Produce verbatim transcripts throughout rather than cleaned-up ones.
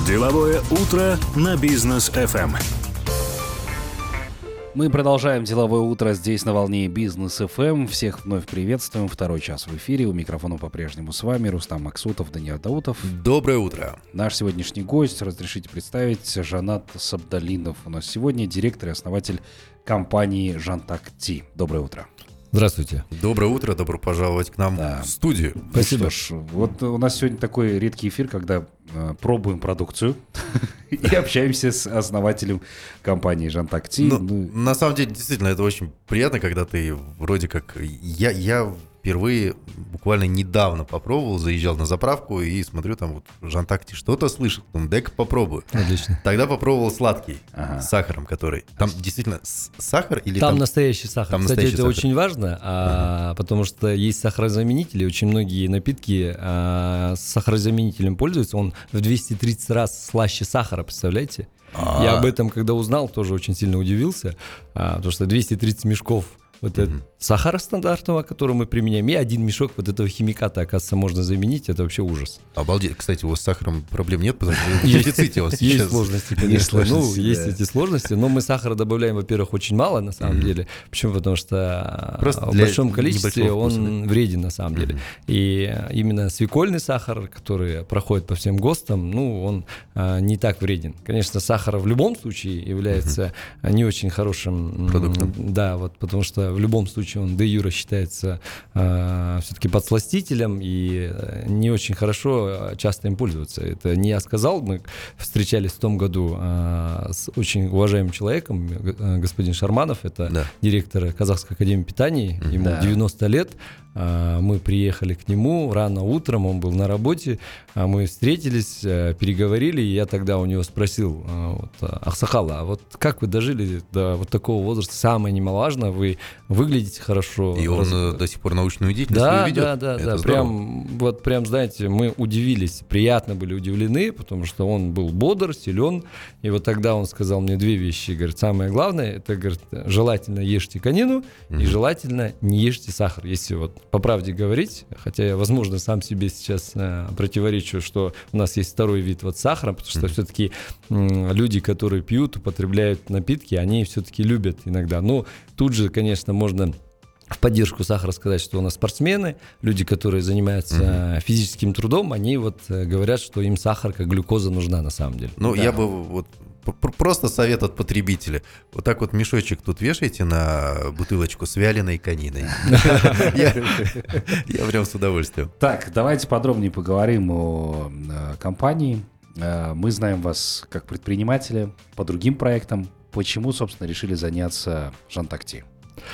Деловое утро на Бизнес эф эм. Мы продолжаем деловое утро здесь на волне Бизнес эф эм. Всех вновь приветствуем. Второй час в эфире. У микрофона по-прежнему с вами Рустам Максутов, Даниил Даутов. Доброе утро. Наш сегодняшний гость, разрешите представить, Жанат Сабдалинов. У нас сегодня директор и основатель компании Жантак-Ти. Доброе утро. Здравствуйте. Доброе утро, добро пожаловать к нам Да. в студию. Спасибо. Ну что ж, вот у нас сегодня такой редкий эфир, когда э, пробуем продукцию и общаемся с основателем компании Жантак-Ти. Ну, Ну, на самом деле, действительно, это очень приятно, когда ты вроде как... Я, я впервые буквально недавно попробовал, заезжал на заправку и смотрю, там вот Жантак-Ти что-то слышал. Думаю, дай-ка попробую. Отлично. Тогда попробовал сладкий Ага. с сахаром, который... Там действительно с- сахар или Там, там... настоящий сахар. там Кстати, настоящий это сахар. очень важно, а, потому что есть сахарозаменители. Очень многие напитки а, с сахарозаменителем пользуются. Он в двести тридцать раз слаще сахара, представляете? А. Я об этом, когда узнал, тоже очень сильно удивился, а, потому что двести тридцать мешков вот Мгм. это сахара стандартного, который мы применяем, и один мешок вот этого химиката, оказывается, можно заменить. Это вообще ужас. Обалдеть. Кстати, у вас с сахаром проблем нет, потому что в дефиците у вас Есть сейчас. сложности, конечно. сложности, ну, есть да. эти сложности, но мы сахара добавляем, во-первых, очень мало, на самом Мгм. деле. Почему? Потому что Просто в для большом количестве небольшого вкуса, он вреден, на самом деле. И именно свекольный сахар, который проходит по всем ГОСТам, ну, он а, не так вреден. Конечно, сахар в любом случае является а, не очень хорошим м, Продуктом. Да, вот, потому что в любом случае он де юре считается а, все-таки подсластителем, и а, не очень хорошо а, часто им пользоваться. Это не я сказал, мы встречались в том году а, с очень уважаемым человеком, г- а, господин Шарманов, это Да. директор Казахской академии питания, ему Да. девяносто лет. А, Мы приехали к нему рано утром, он был на работе, а мы встретились, а, переговорили, и я тогда у него спросил, а, вот, а, Ахсахал, а вот как вы дожили до вот такого возраста? Самое немаловажно, вы выглядите хорошо. И он раз- э, до сих пор научную деятельность да, свою ведет. да, да, Это да. здорово. Прям, вот прям, знаете, мы удивились, приятно были удивлены, потому что он был бодр, силен. И вот тогда он сказал мне две вещи. Говорит, самое главное, это, говорит, желательно ешьте конину и Мгм. желательно не ешьте сахар. Если вот по правде говорить, хотя я, возможно, сам себе сейчас э, противоречу, что у нас есть второй вид вот сахара, потому что Мгм. все-таки м, люди, которые пьют, употребляют напитки, они все-таки любят иногда. Ну, тут же, конечно, можно в поддержку сахара сказать, что у нас спортсмены, люди, которые занимаются физическим трудом, они вот э, говорят, что им сахар как глюкоза нужна на самом деле. Ну, Да. я бы вот п- п- просто совет от потребителя. Вот так вот мешочек тут вешайте на бутылочку с вяленой кониной. Я я прям с удовольствием. Так, давайте подробнее поговорим о э, компании. Э, мы знаем вас как предпринимателя по другим проектам. Почему, собственно, решили заняться Жантак-Ти?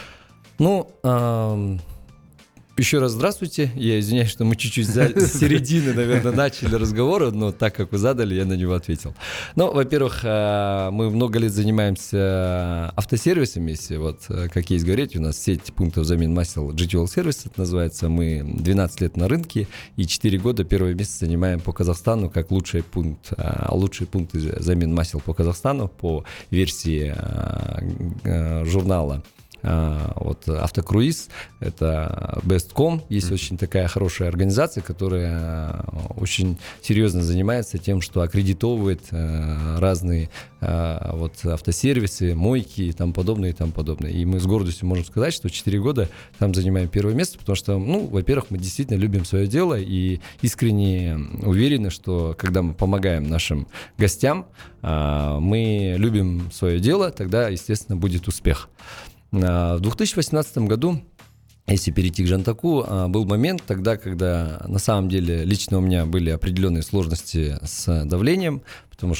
Ну, ам, еще раз здравствуйте. Я извиняюсь, что мы чуть-чуть за- с середины, наверное, начали разговор, но так как вы задали, я на него ответил. Ну, во-первых, а, мы много лет занимаемся автосервисами, если вот, э, как есть говорить, у нас сеть пунктов замен масел джи ти эл сервис, это называется. Мы двенадцать лет на рынке и четыре года первое место занимаем по Казахстану как лучший пункт, а, лучшие пункты замен масел по Казахстану по версии а, г- журнала. А, вот Автокруиз, это Best точка ком, есть очень такая хорошая организация, которая а, очень серьезно занимается тем, что аккредитовывает а, разные а, вот автосервисы, мойки и тому подобное, и тому подобное. И мы с гордостью можем сказать, что четыре года там занимаем первое место, потому что, ну, во-первых, мы действительно любим свое дело и искренне уверены, что когда мы помогаем нашим гостям, а, мы любим свое дело, тогда, естественно, будет успех. В две тысячи восемнадцатом году, если перейти к Жантаку, был момент тогда, когда на самом деле лично у меня были определенные сложности с давлением, потому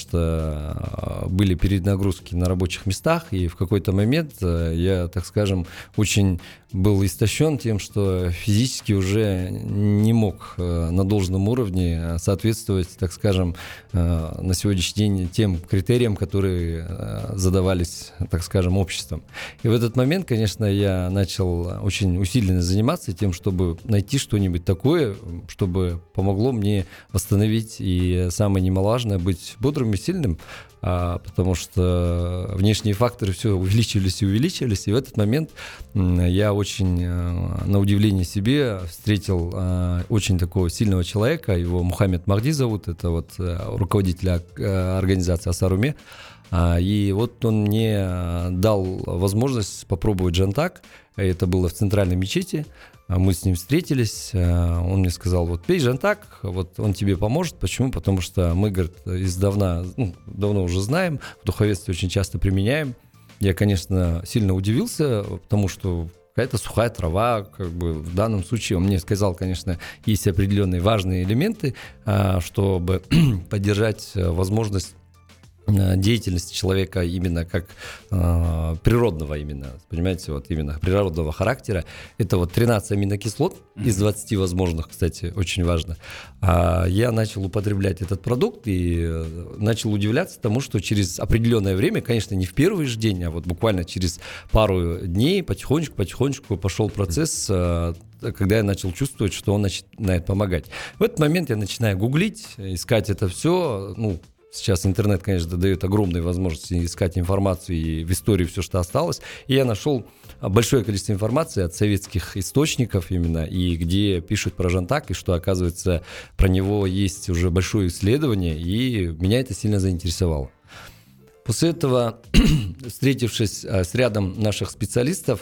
что были перенагрузки на рабочих местах, и в какой-то момент я, так скажем, очень был истощен тем, что физически уже не мог на должном уровне соответствовать, так скажем, на сегодняшний день тем критериям, которые задавались, так скажем, обществом. И в этот момент, конечно, я начал очень усиленно заниматься тем, чтобы найти что-нибудь такое, чтобы помогло мне восстановить и, самое немаловажное, быть бодрым и сильным. а, потому что внешние факторы все увеличивались и увеличивались, и в этот момент я очень, на удивление себе, встретил очень такого сильного человека, его Мухаммед Махди зовут, это вот руководитель организации Асаруме, и вот он мне дал возможность попробовать джантак, это было в центральной мечети. Мы с ним встретились, он мне сказал, вот пей джантак, вот он тебе поможет. Почему? Потому что мы, говорит, издавна, ну, давно уже знаем, в духовенстве очень часто применяем. Я, конечно, сильно удивился, потому что какая-то сухая трава, как бы в данном случае он мне сказал, конечно, есть определенные важные элементы, чтобы поддержать возможность деятельности человека именно как э, природного именно, понимаете, вот именно природного характера. Это вот тринадцать аминокислот из двадцати возможных, кстати, очень важно. А я начал употреблять этот продукт и начал удивляться тому, что через определенное время, конечно, не в первый же день, а вот буквально через пару дней потихонечку-потихонечку пошел процесс, э, когда я начал чувствовать, что он начинает помогать. В этот момент я начинаю гуглить, искать это все, ну, сейчас интернет, конечно, дает огромные возможности искать информацию и в истории все, что осталось. И я нашел большое количество информации от советских источников именно, и где пишут про джантак, и что, оказывается, про него есть уже большое исследование, и меня это сильно заинтересовало. После этого, встретившись с рядом наших специалистов,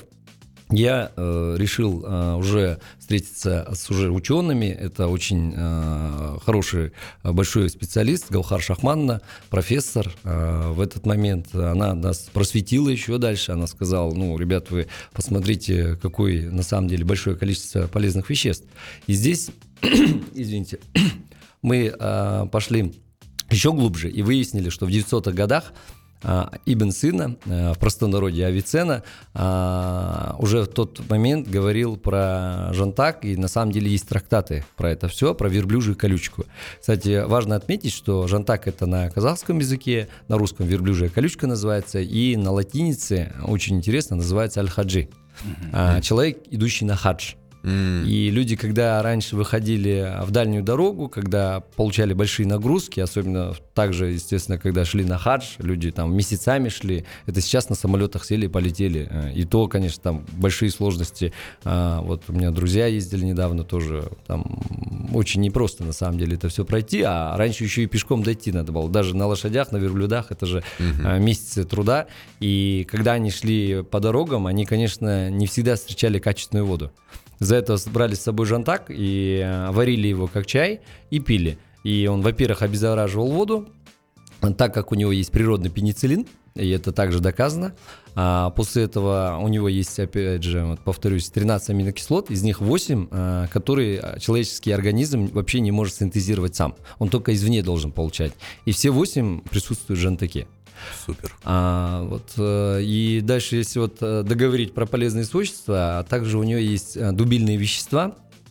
я э, решил э, уже встретиться с уже учеными. Это очень э, хороший, большой специалист Гаухар Шахмановна, профессор. Э, в этот момент она нас просветила еще дальше. Она сказала, ну, ребят, вы посмотрите, какое на самом деле большое количество полезных веществ. И здесь, извините, мы э, пошли еще глубже и выяснили, что в девятисотых годах Ибн Сина, в простонародье Авиценна, уже в тот момент говорил про джантак, и на самом деле есть трактаты про это все, про верблюжью колючку. Кстати, важно отметить, что джантак это на казахском языке, на русском верблюжья колючка называется, и на латинице, очень интересно, называется аль-хаджи, mm-hmm. человек, идущий на хадж. Mm. И люди, когда раньше выходили в дальнюю дорогу, когда получали большие нагрузки, особенно также, естественно, когда шли на хадж, люди там месяцами шли, это сейчас на самолетах сели и полетели. И то, конечно, там большие сложности. Вот у меня друзья ездили недавно тоже, там очень непросто на самом деле это все пройти, а раньше еще и пешком дойти надо было. Даже на лошадях, на верблюдах, это же mm-hmm. месяцы труда. И когда они шли по дорогам, они, конечно, не всегда встречали качественную воду. За это брали с собой джантак и варили его как чай и пили. И он, во-первых, обеззараживал воду, так как у него есть природный пенициллин, и это также доказано. А после этого у него есть, опять же, вот повторюсь, тринадцать аминокислот, из них восемь, которые человеческий организм вообще не может синтезировать сам. Он только извне должен получать. И все восемь присутствуют в джантаке. Супер. А, вот, и дальше, если вот договорить про полезные свойства, а также у нее есть дубильные вещества.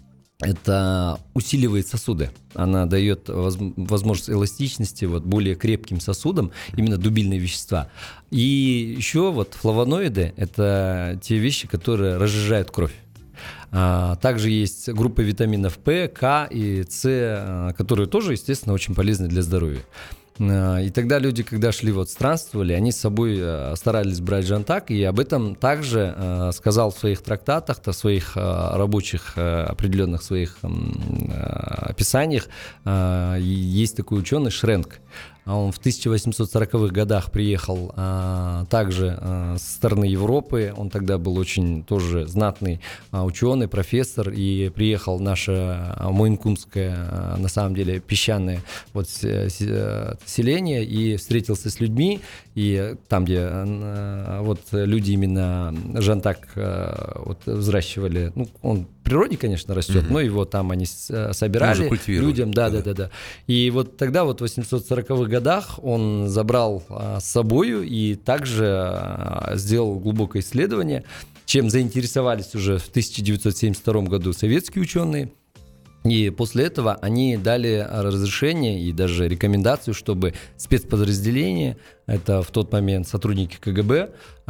Это усиливает сосуды. Она дает возможность эластичности вот, более крепким сосудам, именно дубильные вещества. И еще вот флавоноиды – это те вещи, которые разжижают кровь. А, также есть группа витаминов П, К и С, которые тоже, естественно, очень полезны для здоровья. И тогда люди, когда шли, вот странствовали, они с собой старались брать джантак, и об этом также э, сказал в своих трактатах, в своих э, рабочих э, определенных своих э, описаниях. Э, есть такой ученый Шренк. Он в тысяча восемьсот сороковых годах приехал а, также а, со стороны Европы. Он тогда был очень тоже знатный а, ученый, профессор. И приехал в наше а, Моинкунское, а, на самом деле, песчаное вот, селение и встретился с людьми. И там, где а, вот, люди именно джантак а, вот, взращивали, ну, он в природе, конечно, растет, mm-hmm. но его там они собирали людям. Да, да, да, да. И вот тогда, вот в восемьсот сороковых годах, он забрал а, с собою и также а, сделал глубокое исследование, чем заинтересовались уже в тысяча девятьсот семьдесят втором году советские ученые. И после этого они дали разрешение и даже рекомендацию, чтобы спецподразделения, это в тот момент сотрудники ка гэ бэ,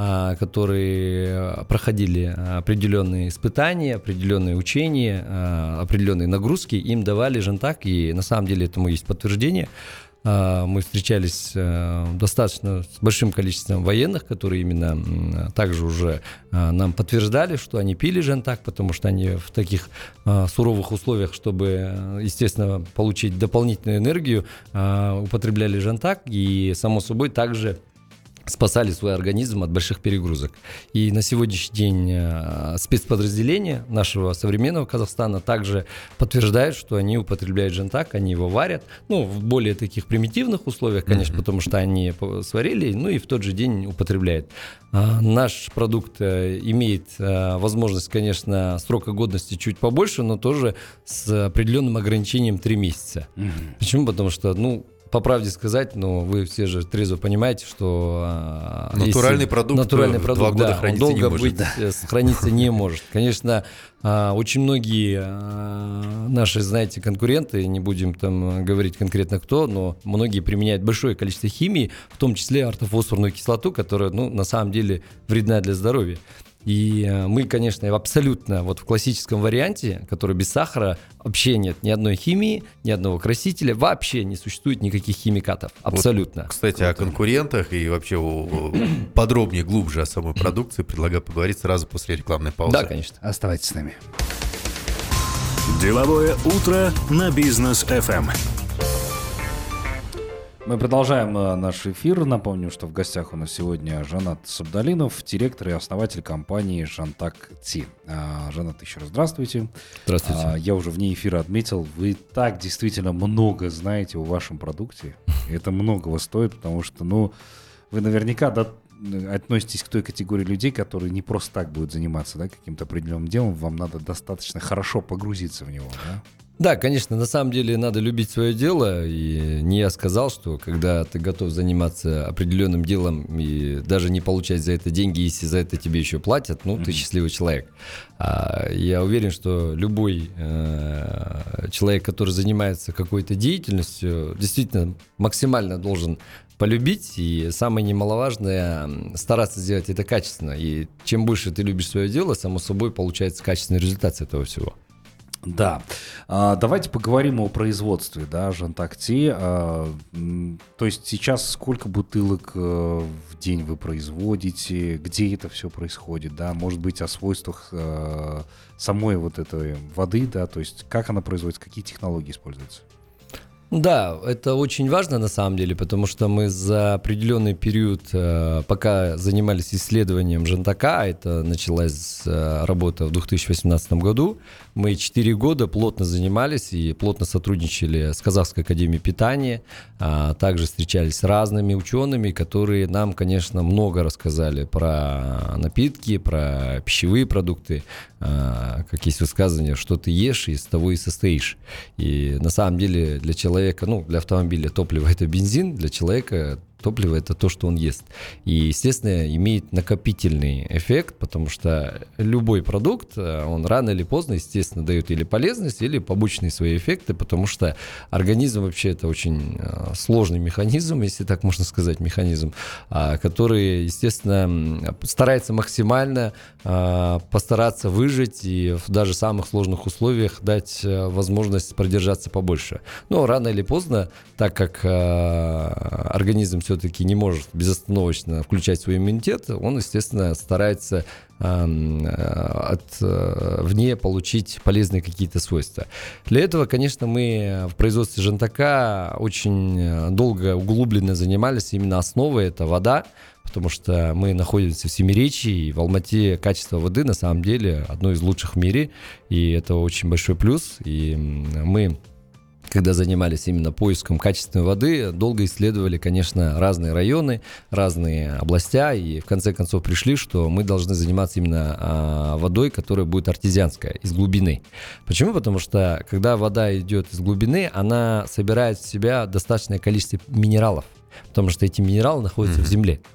которые проходили определенные испытания, определенные учения, определенные нагрузки, им давали джантак, и на самом деле этому есть подтверждение. мы встречались достаточно с большим количеством военных, которые именно также уже нам подтверждали, что они пили Жантак, потому что они в таких суровых условиях, чтобы, естественно, получить дополнительную энергию, употребляли Жантак и, само собой, также спасали свой организм от больших перегрузок. И на сегодняшний день э, спецподразделения нашего современного Казахстана также подтверждают, что они употребляют Жантак, они его варят, ну, в более таких примитивных условиях, конечно, mm-hmm. потому что они сварили, ну, и в тот же день употребляют. А, наш продукт э, имеет э, возможность, конечно, срока годности чуть побольше, но тоже с определенным ограничением три месяца. Mm-hmm. Почему? Потому что, ну, по правде сказать, но вы все же трезво понимаете, что натуральный продукт, натуральный продукт два года да, храниться долго не может. быть, да. храниться не может. Конечно, очень многие наши, знаете, конкуренты, не будем там говорить конкретно кто, но многие применяют большое количество химии, в том числе ортофосфорную кислоту, которая, ну, на самом деле вредна для здоровья. И мы, конечно, абсолютно вот в классическом варианте, который без сахара, вообще нет ни одной химии, ни одного красителя, вообще не существует никаких химикатов. Абсолютно. Вот, кстати, о конкурентах и вообще подробнее, глубже о самой продукции предлагаю поговорить сразу после рекламной паузы. Да, конечно. Оставайтесь с нами. Деловое утро на Бизнес эф эм. Мы продолжаем наш эфир. Напомню, что в гостях у нас сегодня Жанат Сабдалинов, директор и основатель компании Жантак Ти. Жанат, еще раз здравствуйте. Здравствуйте. Я уже вне эфира отметил, вы так действительно много знаете о вашем продукте. Это многого стоит, потому что, ну, вы наверняка до... относитесь к той категории людей, которые не просто так будут заниматься, да, каким-то определенным делом. Вам надо достаточно хорошо погрузиться в него, да? Да, конечно, на самом деле надо любить свое дело, и не я сказал, что когда ты готов заниматься определенным делом и даже не получать за это деньги, если за это тебе еще платят, ну, mm-hmm. ты счастливый человек. А я уверен, что любой э, человек, который занимается какой-то деятельностью, действительно максимально должен полюбить, и самое немаловажное — стараться сделать это качественно. И чем больше ты любишь свое дело, само собой получается качественный результат с этого всего. Да. А, давайте поговорим о производстве, да, Жантак Ти. А, то есть сейчас сколько бутылок а, в день вы производите, где это все происходит, да, может быть, о свойствах а, самой вот этой воды, да, то есть как она производится, какие технологии используются? Да, это очень важно на самом деле, потому что мы за определенный период, пока занимались исследованием Жантака, это началась работа в две тысячи восемнадцатом году, мы четыре года плотно занимались и плотно сотрудничали с Казахской академией питания, также встречались с разными учеными, которые нам, конечно, много рассказали про напитки, про пищевые продукты, как есть высказывание, что ты ешь, из того и состоишь. И на самом деле для человека, ну, для автомобиля топливо — это бензин, для человека топливо — это то, что он ест. И, естественно, имеет накопительный эффект, потому что любой продукт, он рано или поздно, естественно, дает или полезность, или побочные свои эффекты, потому что организм вообще — это очень сложный механизм, если так можно сказать, механизм, который, естественно, старается максимально постараться выжить и в даже самых сложных условиях дать возможность продержаться побольше. Но рано или поздно, так как организм все-таки не может безостановочно включать свой иммунитет, он, естественно, старается э, от э, вне получить полезные какие-то свойства. Для этого, конечно, мы в производстве Жантака очень долго углубленно занимались. Именно основой — это вода, потому что мы находимся в Семиречье, и в Алмате качество воды на самом деле одно из лучших в мире, и это очень большой плюс. И мы, когда занимались именно поиском качественной воды, долго исследовали, конечно, разные районы, разные областя, и в конце концов пришли, что мы должны заниматься именно а, водой, которая будет артезианская, из глубины. Почему? Потому что, когда вода идет из глубины, она собирает в себя достаточное количество минералов, потому что эти минералы находятся mm-hmm. в земле.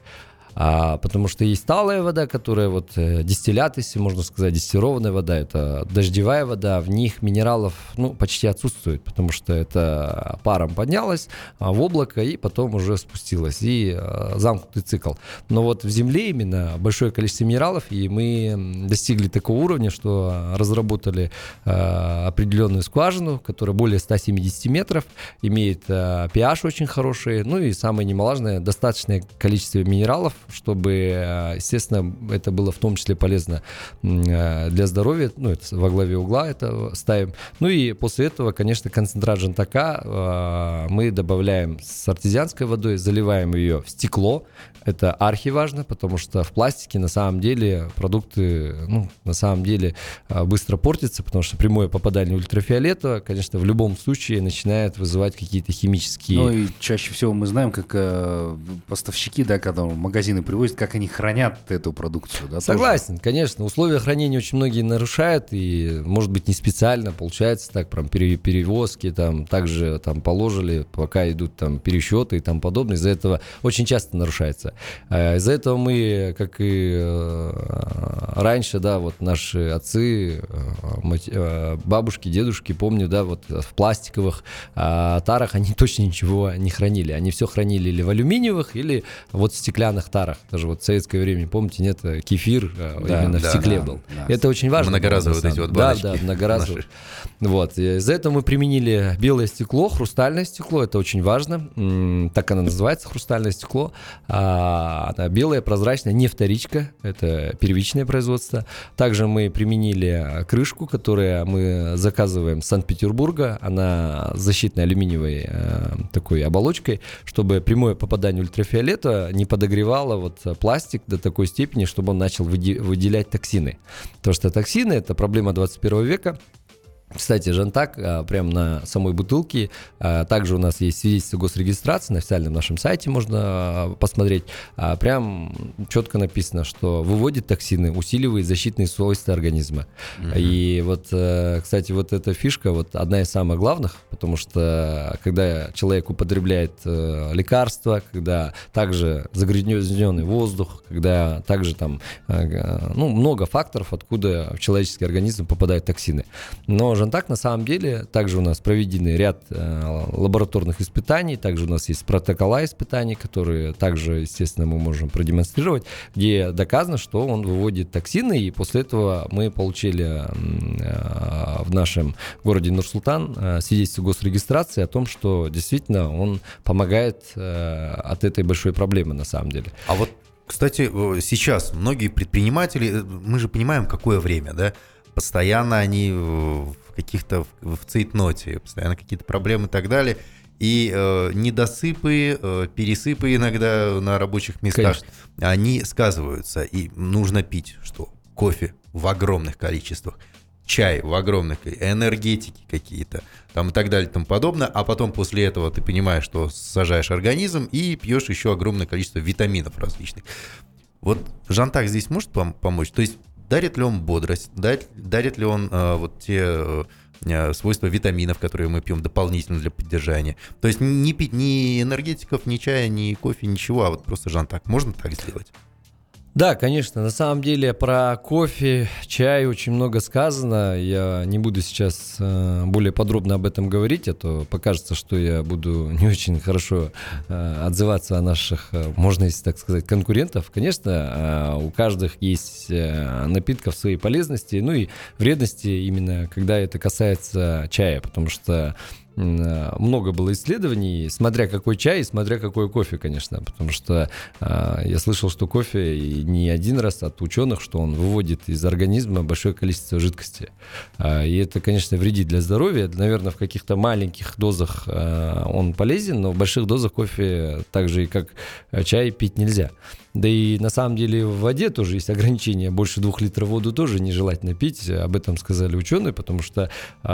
А, потому что есть талая вода, которая вот э, дистиллят, если можно сказать, дистиллированная вода, это дождевая вода, в них минералов ну, почти отсутствует, потому что это паром поднялось а, в облако и потом уже спустилось, и а, замкнутый цикл. Но вот в земле именно большое количество минералов, и мы достигли такого уровня, что разработали а, определенную скважину, которая более ста семидесяти метров, имеет а, pH очень хороший, ну и самое немаловажное, достаточное количество минералов, чтобы, естественно, это было в том числе полезно для здоровья, ну, это во главе угла это ставим. Ну и после этого, конечно, концентрат жентака мы добавляем с артезианской водой, заливаем ее в стекло. Это архиважно, потому что в пластике на самом деле продукты, ну, на самом деле быстро портятся, потому что прямое попадание ультрафиолета, конечно, в любом случае начинает вызывать какие-то химические... Ну и чаще всего мы знаем, как э, поставщики, да, когда магазины привозят, как они хранят эту продукцию. Да, Согласен, тоже. Конечно. Условия хранения очень многие нарушают, и, может быть, не специально, получается так, прям перевозки, там, также там положили, пока идут там пересчеты и тому подобное, из-за этого очень часто нарушается. Из-за этого мы, как и раньше, да, вот наши отцы, бабушки, дедушки, помню, да, вот в пластиковых тарах они точно ничего не хранили. Они все хранили или в алюминиевых, или вот в стеклянных тарах. Даже вот в советское время, помните, нет, кефир да, именно да, в стекле да, был. Да. Это очень важно. Многоразовые вот эти вот баночки. Да, да, многоразовые. Вот. Из-за этого мы применили белое стекло, хрустальное стекло, это очень важно. Так оно называется, хрустальное стекло. Она белая, прозрачная, не вторичка, это первичное производство. Также мы применили крышку, которую мы заказываем с Санкт-Петербурга. Она с защитной алюминиевой э, такой оболочкой, чтобы прямое попадание ультрафиолета не подогревало вот пластик до такой степени, чтобы он начал выделять токсины. Потому что токсины – это проблема двадцать первого века. Кстати, Жантак, прямо на самой бутылке, также у нас есть свидетельство госрегистрации, на официальном нашем сайте можно посмотреть, прям четко написано, что выводит токсины, усиливает защитные свойства организма. Mm-hmm. И вот, кстати, вот эта фишка, вот одна из самых главных, потому что когда человек употребляет лекарства, когда также загрязненный воздух, когда также там, ну, много факторов, откуда в человеческий организм попадают токсины. Но Жантак на самом деле, также у нас проведены ряд э, лабораторных испытаний, также у нас есть протокола испытаний, которые также, естественно, мы можем продемонстрировать, где доказано, что он выводит токсины, и после этого мы получили э, в нашем городе Нур-Султан э, свидетельство госрегистрации о том, что действительно он помогает э, от этой большой проблемы на самом деле. А вот, кстати, сейчас многие предприниматели, мы же понимаем, какое время, да? Постоянно они в каких-то в цейтноте, постоянно какие-то проблемы и так далее. И э, недосыпы, э, пересыпы иногда на рабочих местах, конечно, они сказываются. И нужно пить что? Кофе в огромных количествах, чай в огромных, энергетики какие-то, там и так далее и тому подобное. А потом после этого ты понимаешь, что сажаешь организм и пьешь еще огромное количество витаминов различных. Вот Жантак здесь может пом- помочь? То есть дарит ли он бодрость, дарит, дарит ли он э, вот те э, свойства витаминов, которые мы пьем дополнительно для поддержания. То есть не пить ни энергетиков, ни чая, ни кофе, ничего, а вот просто Жантак. Можно так сделать? Да, конечно. На самом деле про кофе, чай очень много сказано. Я не буду сейчас э, более подробно об этом говорить, а то покажется, что я буду не очень хорошо э, отзываться о наших, э, можно, если так сказать, конкурентов. Конечно, э, у каждых есть э, напитков свои полезности, ну и вредности именно, когда это касается чая, потому что много было исследований, смотря какой чай и смотря какой кофе, конечно, потому что э, я слышал, что кофе и не один раз от ученых, что он выводит из организма большое количество жидкости. Э, и это, конечно, вредит для здоровья. Наверное, в каких-то маленьких дозах э, он полезен, но в больших дозах кофе, так же и как чай, пить нельзя. Да и на самом деле в воде тоже есть ограничения. Больше двух литров воду тоже нежелательно пить. Об этом сказали ученые, потому что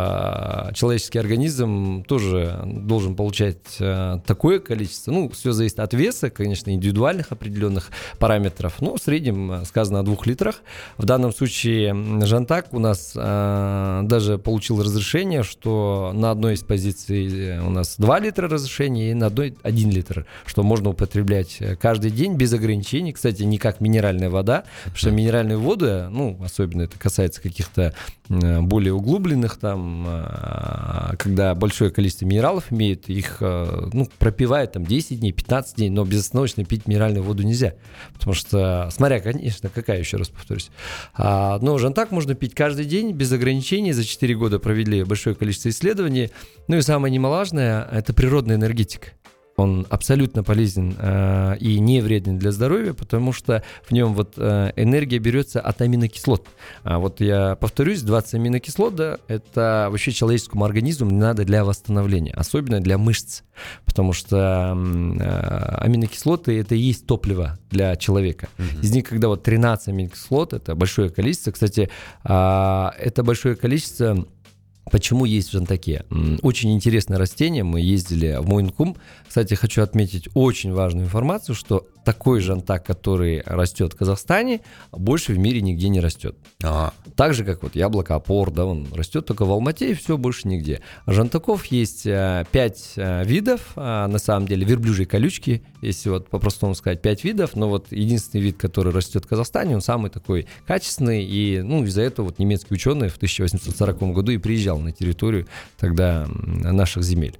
э, человеческий организм тоже должен получать э, такое количество. Ну, все зависит от веса, конечно, индивидуальных определенных параметров. Но в среднем сказано о двух литрах. В данном случае Жантак у нас э, даже получил разрешение, что на одной из позиций у нас два литра разрешения и на одной один литр, что можно употреблять каждый день без ограничений. ограничений. Кстати, не как минеральная вода, потому что минеральная вода, ну, особенно это касается каких-то более углубленных, там, когда большое количество минералов имеют, их, ну, пропивают там десять дней, пятнадцать дней, но безостановочно пить минеральную воду нельзя, потому что, смотря, конечно, какая, еще раз повторюсь. А, но Жантак можно пить каждый день без ограничений. За четыре года провели большое количество исследований. Ну и самое немаловажное – это природная энергетика. Он абсолютно полезен э, и не вреден для здоровья, потому что в нем вот э, энергия берется от аминокислот. А вот я повторюсь, двадцать аминокислот, да, это вообще человеческому организму не надо для восстановления, особенно для мышц, потому что э, аминокислоты – это и есть топливо для человека. Mm-hmm. Из них, когда вот тринадцать аминокислот, это большое количество, кстати, э, это большое количество. Почему есть в Жантаке? Очень интересное растение. Мы ездили в Мойнкум. Кстати, хочу отметить очень важную информацию, что такой Жантак, который растет в Казахстане, больше в мире нигде не растет. А. Так же, как вот яблоко Опор, да, он растет только в Алмате, и все, больше нигде. А Жантаков есть пять видов, на самом деле, верблюжьи колючки, если вот по-простому сказать, пять видов, но вот единственный вид, который растет в Казахстане, он самый такой качественный, и, ну, из-за этого вот немецкий ученый в тысяча восемьсот сороковом году и приезжал на территорию тогда наших земель.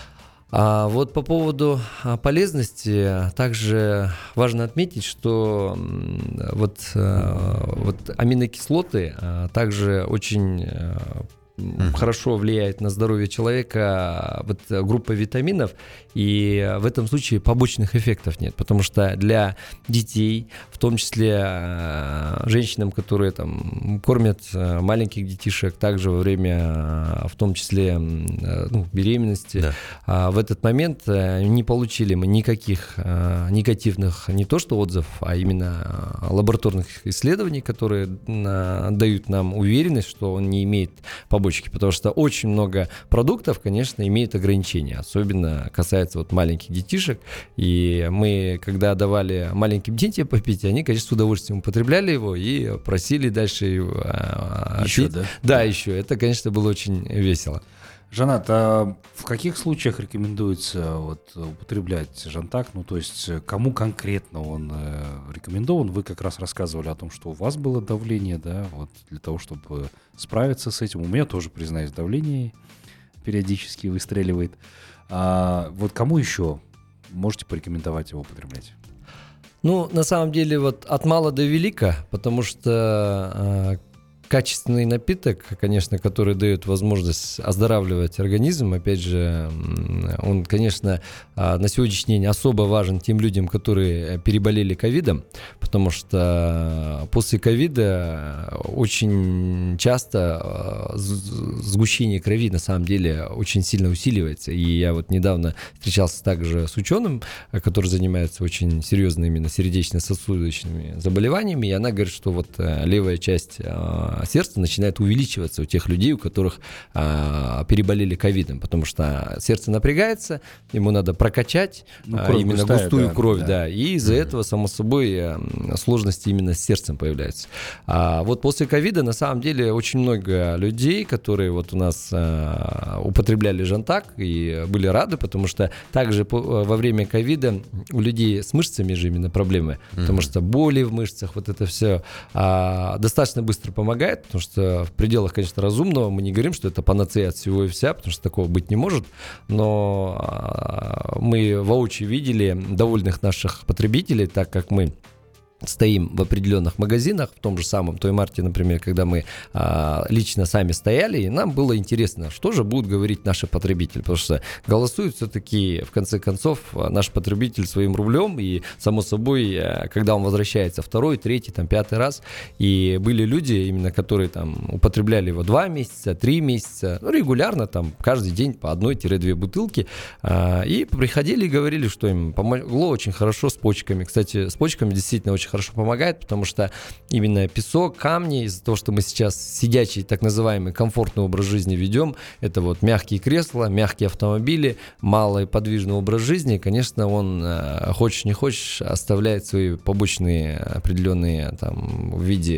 А вот по поводу полезности также важно отметить, что вот, вот аминокислоты также очень Mm-hmm. хорошо влияет на здоровье человека вот, группа витаминов, и в этом случае побочных эффектов нет, потому что для детей, в том числе женщинам, которые там кормят маленьких детишек, также во время, в том числе, ну, беременности, да. в этот момент не получили мы никаких негативных, не то что отзывов, а именно лабораторных исследований, которые дают нам уверенность, что он не имеет побочных. Потому что очень много продуктов, конечно, имеют ограничения. Особенно касается вот маленьких детишек. И мы, когда давали маленьким детям попить, они, конечно, с удовольствием употребляли его и просили дальше его еще, пить. Да? Да, еще. Это, конечно, было очень весело. Жанат, а в каких случаях рекомендуется вот, употреблять Жантак? Ну, то есть, кому конкретно он э, рекомендован? Вы как раз рассказывали о том, что у вас было давление, да, вот для того, чтобы справиться с этим. У меня тоже, признаюсь, давление периодически выстреливает. А вот кому еще можете порекомендовать его употреблять? Ну, на самом деле, вот от мала до велика, потому что... Э, качественный напиток, конечно, который дает возможность оздоравливать организм. Опять же, он, конечно, на сегодняшний день особо важен тем людям, которые переболели ковидом, потому что после ковида очень часто сгущение крови на самом деле очень сильно усиливается. И я вот недавно встречался также с ученым, который занимается очень серьезными именно сердечно-сосудистыми заболеваниями, и она говорит, что вот левая часть сердце начинает увеличиваться у тех людей, у которых а, переболели ковидом, потому что сердце напрягается, ему надо прокачать ну, а, именно густая, густую да, кровь, да. Да, и из-за mm-hmm. этого, само собой, сложности именно с сердцем появляются. А вот после ковида, на самом деле, очень много людей, которые вот у нас а, употребляли Жантак и были рады, потому что также по, во время ковида у людей с мышцами же именно проблемы, mm-hmm. потому что боли в мышцах, вот это все а, достаточно быстро помогает, потому что в пределах, конечно, разумного мы не говорим, что это панацея от всего и вся, потому что такого быть не может, но мы воочию видели довольных наших потребителей, так как мы стоим в определенных магазинах, в том же самом Той Марте, например, когда мы а, лично сами стояли, и нам было интересно, что же будут говорить наши потребители, потому что голосуют все-таки, в конце концов, наш потребитель своим рублем, и, само собой, когда он возвращается второй, третий, там, пятый раз, и были люди, именно которые там употребляли его два месяца, три месяца, ну, регулярно, там, каждый день по одной-две бутылки, а, и приходили и говорили, что им помогло очень хорошо с почками. Кстати, с почками действительно очень хорошо помогает, потому что именно песок, камни, из-за того, что мы сейчас сидячий, так называемый комфортный образ жизни ведем, это вот мягкие кресла, мягкие автомобили, малый подвижный образ жизни, конечно, он, хочешь не хочешь, оставляет свои побочные определенные там в виде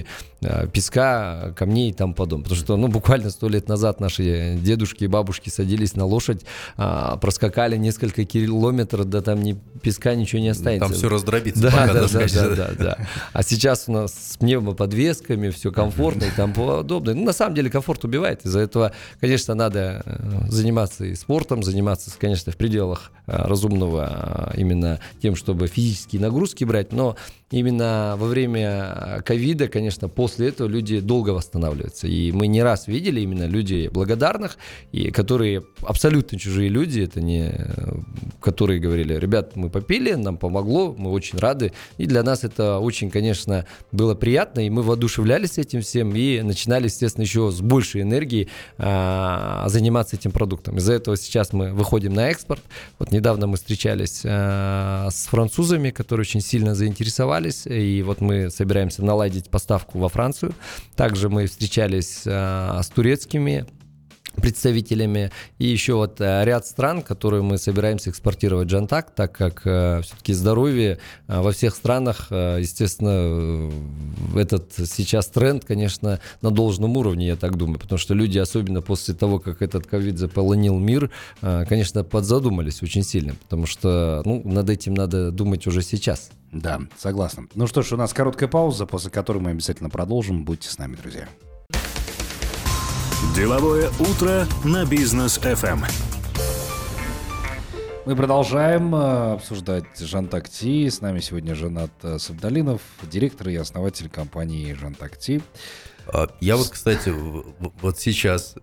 песка, камней и тому подобное. Потому что, ну, буквально сто лет назад наши дедушки и бабушки садились на лошадь, проскакали несколько километров, да там ни песка, ничего не останется. Там все раздробится. Да, пока да, да, доскачешь. да, да, да. А сейчас у нас с пневмоподвесками, все комфортно и тому подобное. Ну, на самом деле комфорт убивает. Из-за этого, конечно, надо заниматься и спортом, заниматься, конечно, в пределах разумного, именно тем, чтобы физические нагрузки брать, но именно во время ковида, конечно, после этого люди долго восстанавливаются. И мы не раз видели именно людей благодарных, и которые абсолютно чужие люди, это не которые говорили: ребят, мы попили, нам помогло, мы очень рады. И для нас это очень, конечно, было приятно, и мы воодушевлялись этим всем и начинали, естественно, еще с большей энергией а, заниматься этим продуктом. Из-за этого сейчас мы выходим на экспорт. Вот недавно мы встречались а, с французами, которые очень сильно заинтересовались, и вот мы собираемся наладить поставку во Францию. Также мы встречались а, с турецкими представителями и еще вот ряд стран, которые мы собираемся экспортировать Жантак, так как э, все-таки здоровье э, во всех странах, э, естественно, э, этот сейчас тренд, конечно, на должном уровне, я так думаю, потому что люди, особенно после того, как этот ковид заполонил мир, э, конечно, подзадумались очень сильно, потому что, ну, над этим надо думать уже сейчас. Да, согласен. Ну что ж, у нас короткая пауза, после которой мы обязательно продолжим. Будьте с нами, друзья. Деловое утро на Бизнес эф эм. Мы продолжаем э, обсуждать Жантак Ти. С нами сегодня Жанат Сабдалинов, директор и основатель компании Жантак Ти. Я вот, кстати, вот сейчас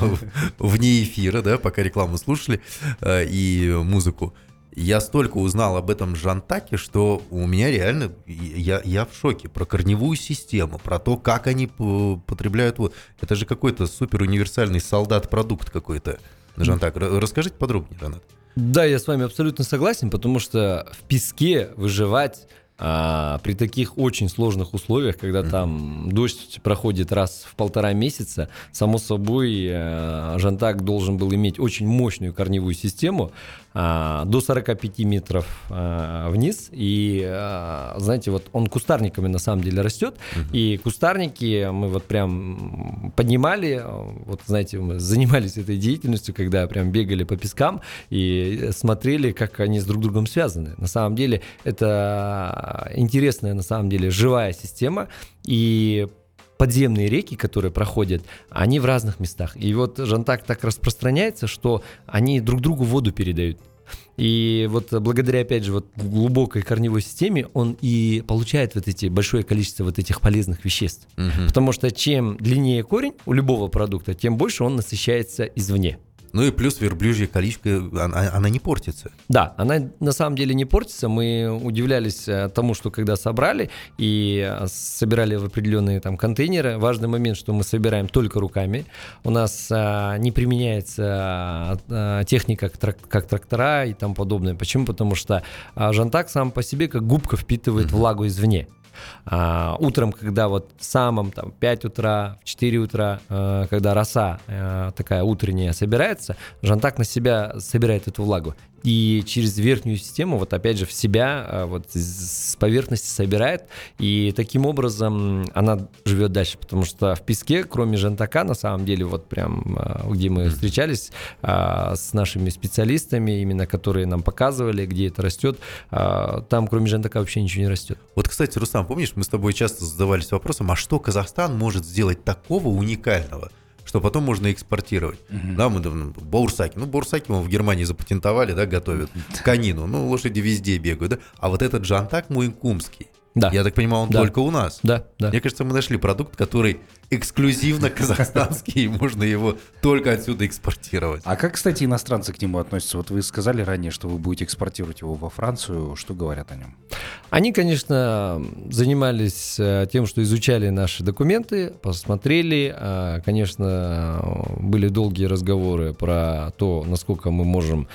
вне эфира, да, пока рекламу слушали и музыку, я столько узнал об этом Жантаке, что у меня реально, я, я в шоке про корневую систему, про то, как они потребляют. Это же какой-то супер универсальный солдат-продукт какой-то, Жантак. Расскажите подробнее, Жанат. Да, я с вами абсолютно согласен, потому что в песке выживать а, при таких очень сложных условиях, когда mm-hmm. там дождь проходит раз в полтора месяца, само собой, а, Жантак должен был иметь очень мощную корневую систему, а, до сорок пять метров а, вниз, и, а, знаете, вот он кустарниками на самом деле растет, mm-hmm. и кустарники мы вот прям поднимали, вот, знаете, мы занимались этой деятельностью, когда прям бегали по пескам и смотрели, как они с друг другом связаны. На самом деле это интересная, на самом деле, живая система, и подземные реки, которые проходят, они в разных местах. И вот Жантак так распространяется, что они друг другу воду передают. И вот благодаря, опять же, вот глубокой корневой системе он и получает вот эти большое количество вот этих полезных веществ. Угу. Потому что чем длиннее корень у любого продукта, тем больше он насыщается извне. Ну и плюс верблюжья количка, она, она не портится. Да, она на самом деле не портится. Мы удивлялись тому, что когда собрали и собирали в определенные там контейнеры, важный момент, что мы собираем только руками. У нас а, не применяется а, техника как, как трактора и тому подобное. Почему? Потому что а, Жантак сам по себе как губка впитывает mm-hmm. влагу извне. А, утром, когда вот в самом там, пять утра, в четыре утра, а, когда роса а, такая утренняя собирается, Жантак на себя собирает эту влагу. И через верхнюю систему, вот опять же, в себя, вот с поверхности собирает, и таким образом она живет дальше, потому что в песке, кроме Жантака, на самом деле, вот прям, где мы встречались с нашими специалистами, именно которые нам показывали, где это растет, там кроме Жантака вообще ничего не растет. Вот, кстати, Рустам, помнишь, мы с тобой часто задавались вопросом, а что Казахстан может сделать такого уникального, что потом можно экспортировать. Uh-huh. Да, мы баурсаки. Ну, баурсаки мы в Германии запатентовали, да, готовят. Конину. Ну, лошади везде бегают, да. А вот этот Жантак муйнкумский, да. я так понимаю, он да. только у нас. Да, да. Мне кажется, мы нашли продукт, который эксклюзивно казахстанский, и можно его только отсюда экспортировать. А как, кстати, иностранцы к нему относятся? Вот вы сказали ранее, что вы будете экспортировать его во Францию. Что говорят о нем? Они, конечно, занимались тем, что изучали наши документы, посмотрели. Конечно, были долгие разговоры про то, насколько мы можем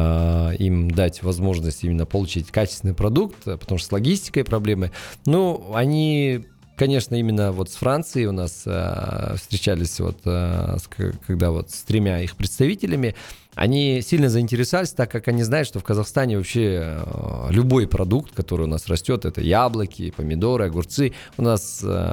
им дать возможность именно получить качественный продукт, потому что с логистикой проблемы. Ну, они... Конечно, именно вот с Францией у нас э, встречались, вот, э, с, когда вот с тремя их представителями, они сильно заинтересовались, так как они знают, что в Казахстане вообще э, любой продукт, который у нас растет, это яблоки, помидоры, огурцы, у нас... Э,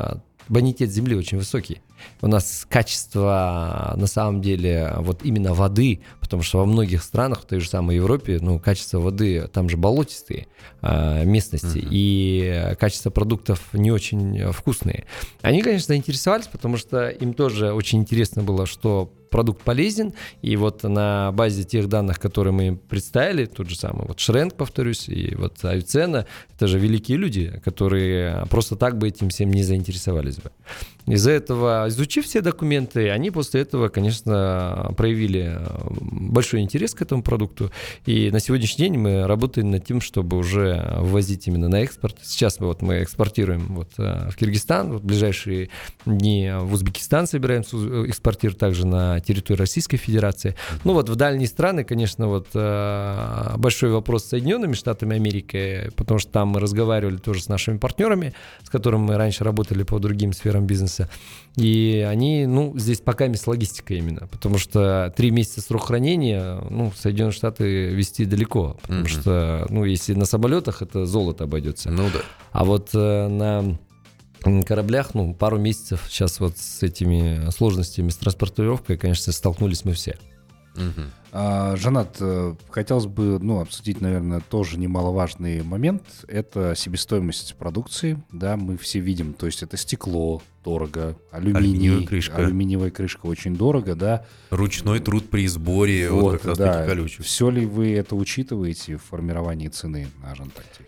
бонитет земли очень высокий. У нас качество, на самом деле, вот именно воды, потому что во многих странах, в той же самой Европе, ну, качество воды, там же болотистые э, местности, uh-huh. и качество продуктов не очень вкусные. Они, конечно, заинтересовались, потому что им тоже очень интересно было, что продукт полезен, и вот на базе тех данных, которые мы им представили, тот же самый вот Шренк, повторюсь, и вот Авиценна, это же великие люди, которые просто так бы этим всем не заинтересовались бы. Из-за этого, изучив все документы, они после этого, конечно, проявили большой интерес к этому продукту, и на сегодняшний день мы работаем над тем, чтобы уже ввозить именно на экспорт. Сейчас мы, вот, мы экспортируем вот в Киргизстан, вот в ближайшие дни в Узбекистан собираемся экспортировать, также на территории Российской Федерации. Ну вот в дальние страны, конечно, вот большой вопрос с Соединенными Штатами Америки, потому что там мы разговаривали тоже с нашими партнерами, с которыми мы раньше работали по другим сферам бизнеса, и они, ну, здесь пока с логистикой именно, потому что три месяца срок хранения, ну, Соединенные Штаты везти далеко, потому mm-hmm. что, ну, если на самолетах, это золото обойдется. Ну да. А вот на кораблях, ну, пару месяцев сейчас вот с этими сложностями с транспортировкой, конечно, столкнулись мы все. Угу. А, Жанат, хотелось бы, ну, обсудить, наверное, тоже немаловажный момент. Это себестоимость продукции. Да, мы все видим, то есть это стекло дорого, алюминий, алюминиевая крышка. алюминиевая крышка очень дорого, да. Ручной труд при сборе, вот, вот как раз да. таки колючек. Все ли вы это учитываете в формировании цены на Жантакти?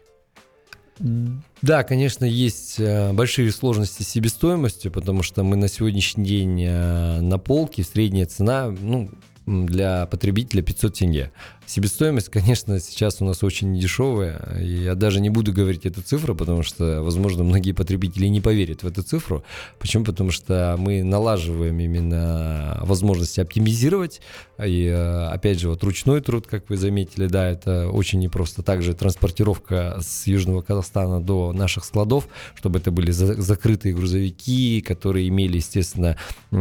Да, конечно, есть большие сложности с себестоимостью, потому что мы на сегодняшний день на полке, средняя цена, ну, для потребителя пятьсот тенге. Себестоимость, конечно, сейчас у нас очень недешевая, и я даже не буду говорить эту цифру, потому что, возможно, многие потребители не поверят в эту цифру. Почему? Потому что мы налаживаем именно возможности оптимизировать, и, опять же, вот ручной труд, как вы заметили, да, это очень непросто. Также транспортировка с Южного Казахстана до наших складов, чтобы это были за- закрытые грузовики, которые имели, естественно,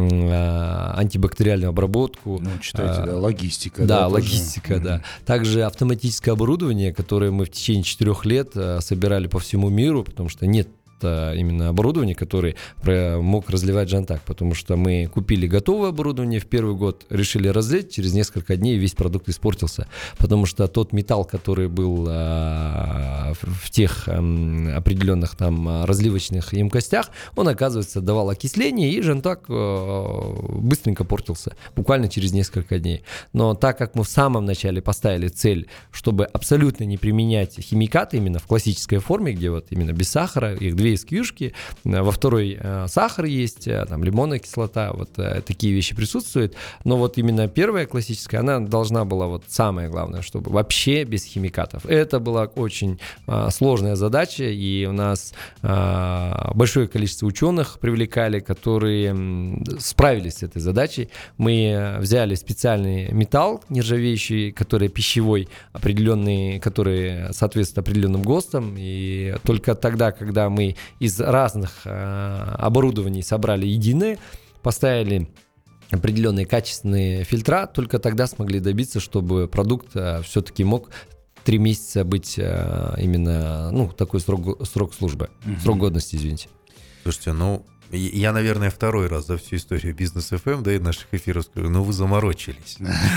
антибактериальную обработку. Ну, читайте, да, логистика. Да, да логистика, тоже. Да. Также автоматическое оборудование, которое мы в течение четырех лет собирали по всему миру, потому что нет именно оборудование, которое мог разливать Жантак, потому что мы купили готовое оборудование в первый год, решили разлить, через несколько дней весь продукт испортился, потому что тот металл, который был а, в тех а, определенных там разливочных емкостях, он, оказывается, давал окисление, и Жантак а, быстренько портился, буквально через несколько дней. Но так как мы в самом начале поставили цель, чтобы абсолютно не применять химикаты именно в классической форме, где вот именно без сахара, их две из кьюшки, во второй э, сахар есть, там лимонная кислота, вот э, такие вещи присутствуют, но вот именно первая классическая, она должна была, вот самое главное, чтобы вообще без химикатов. Это была очень э, сложная задача, и у нас э, большое количество ученых привлекали, которые э, справились с этой задачей. Мы взяли специальный металл нержавеющий, который пищевой, определенный, который соответствует определенным ГОСТам, и только тогда, когда мы из разных э, оборудований собрали единое, поставили определенные качественные фильтра, только тогда смогли добиться, чтобы продукт э, все-таки мог три месяца быть э, именно, ну, такой срок, срок службы, mm-hmm. срок годности, извините. Слушайте, ну, я, наверное, второй раз за всю историю Бизнес эф эм, да, и наших эфиров скажу, ну, вы заморочились.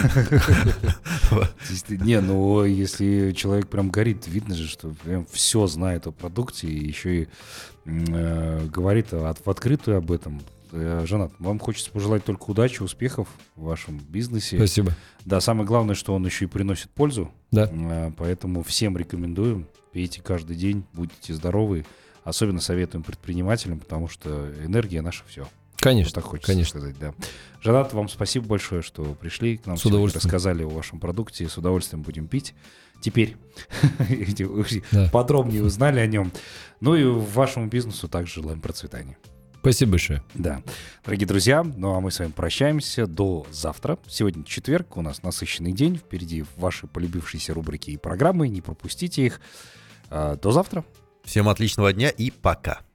Не, ну, если человек прям горит, видно же, что прям все знает о продукте, и еще и говорит в открытую об этом. Жанат, вам хочется пожелать только удачи, успехов в вашем бизнесе. Спасибо. Да, самое главное, что он еще и приносит пользу. Да. Поэтому всем рекомендуем, пейте каждый день, будете здоровы. Особенно советуем предпринимателям, потому что энергия наша все. Конечно, вот так хочется конечно. сказать, да. Жанат, вам спасибо большое, что пришли к нам, с удовольствием рассказали о вашем продукте, с удовольствием будем пить. Теперь да. подробнее узнали о нем. Ну и вашему бизнесу также желаем процветания. Спасибо большое. Да. Дорогие друзья, ну а мы с вами прощаемся до завтра. Сегодня четверг, у нас насыщенный день. Впереди ваши полюбившиеся рубрики и программы. Не пропустите их. До завтра. Всем отличного дня и пока.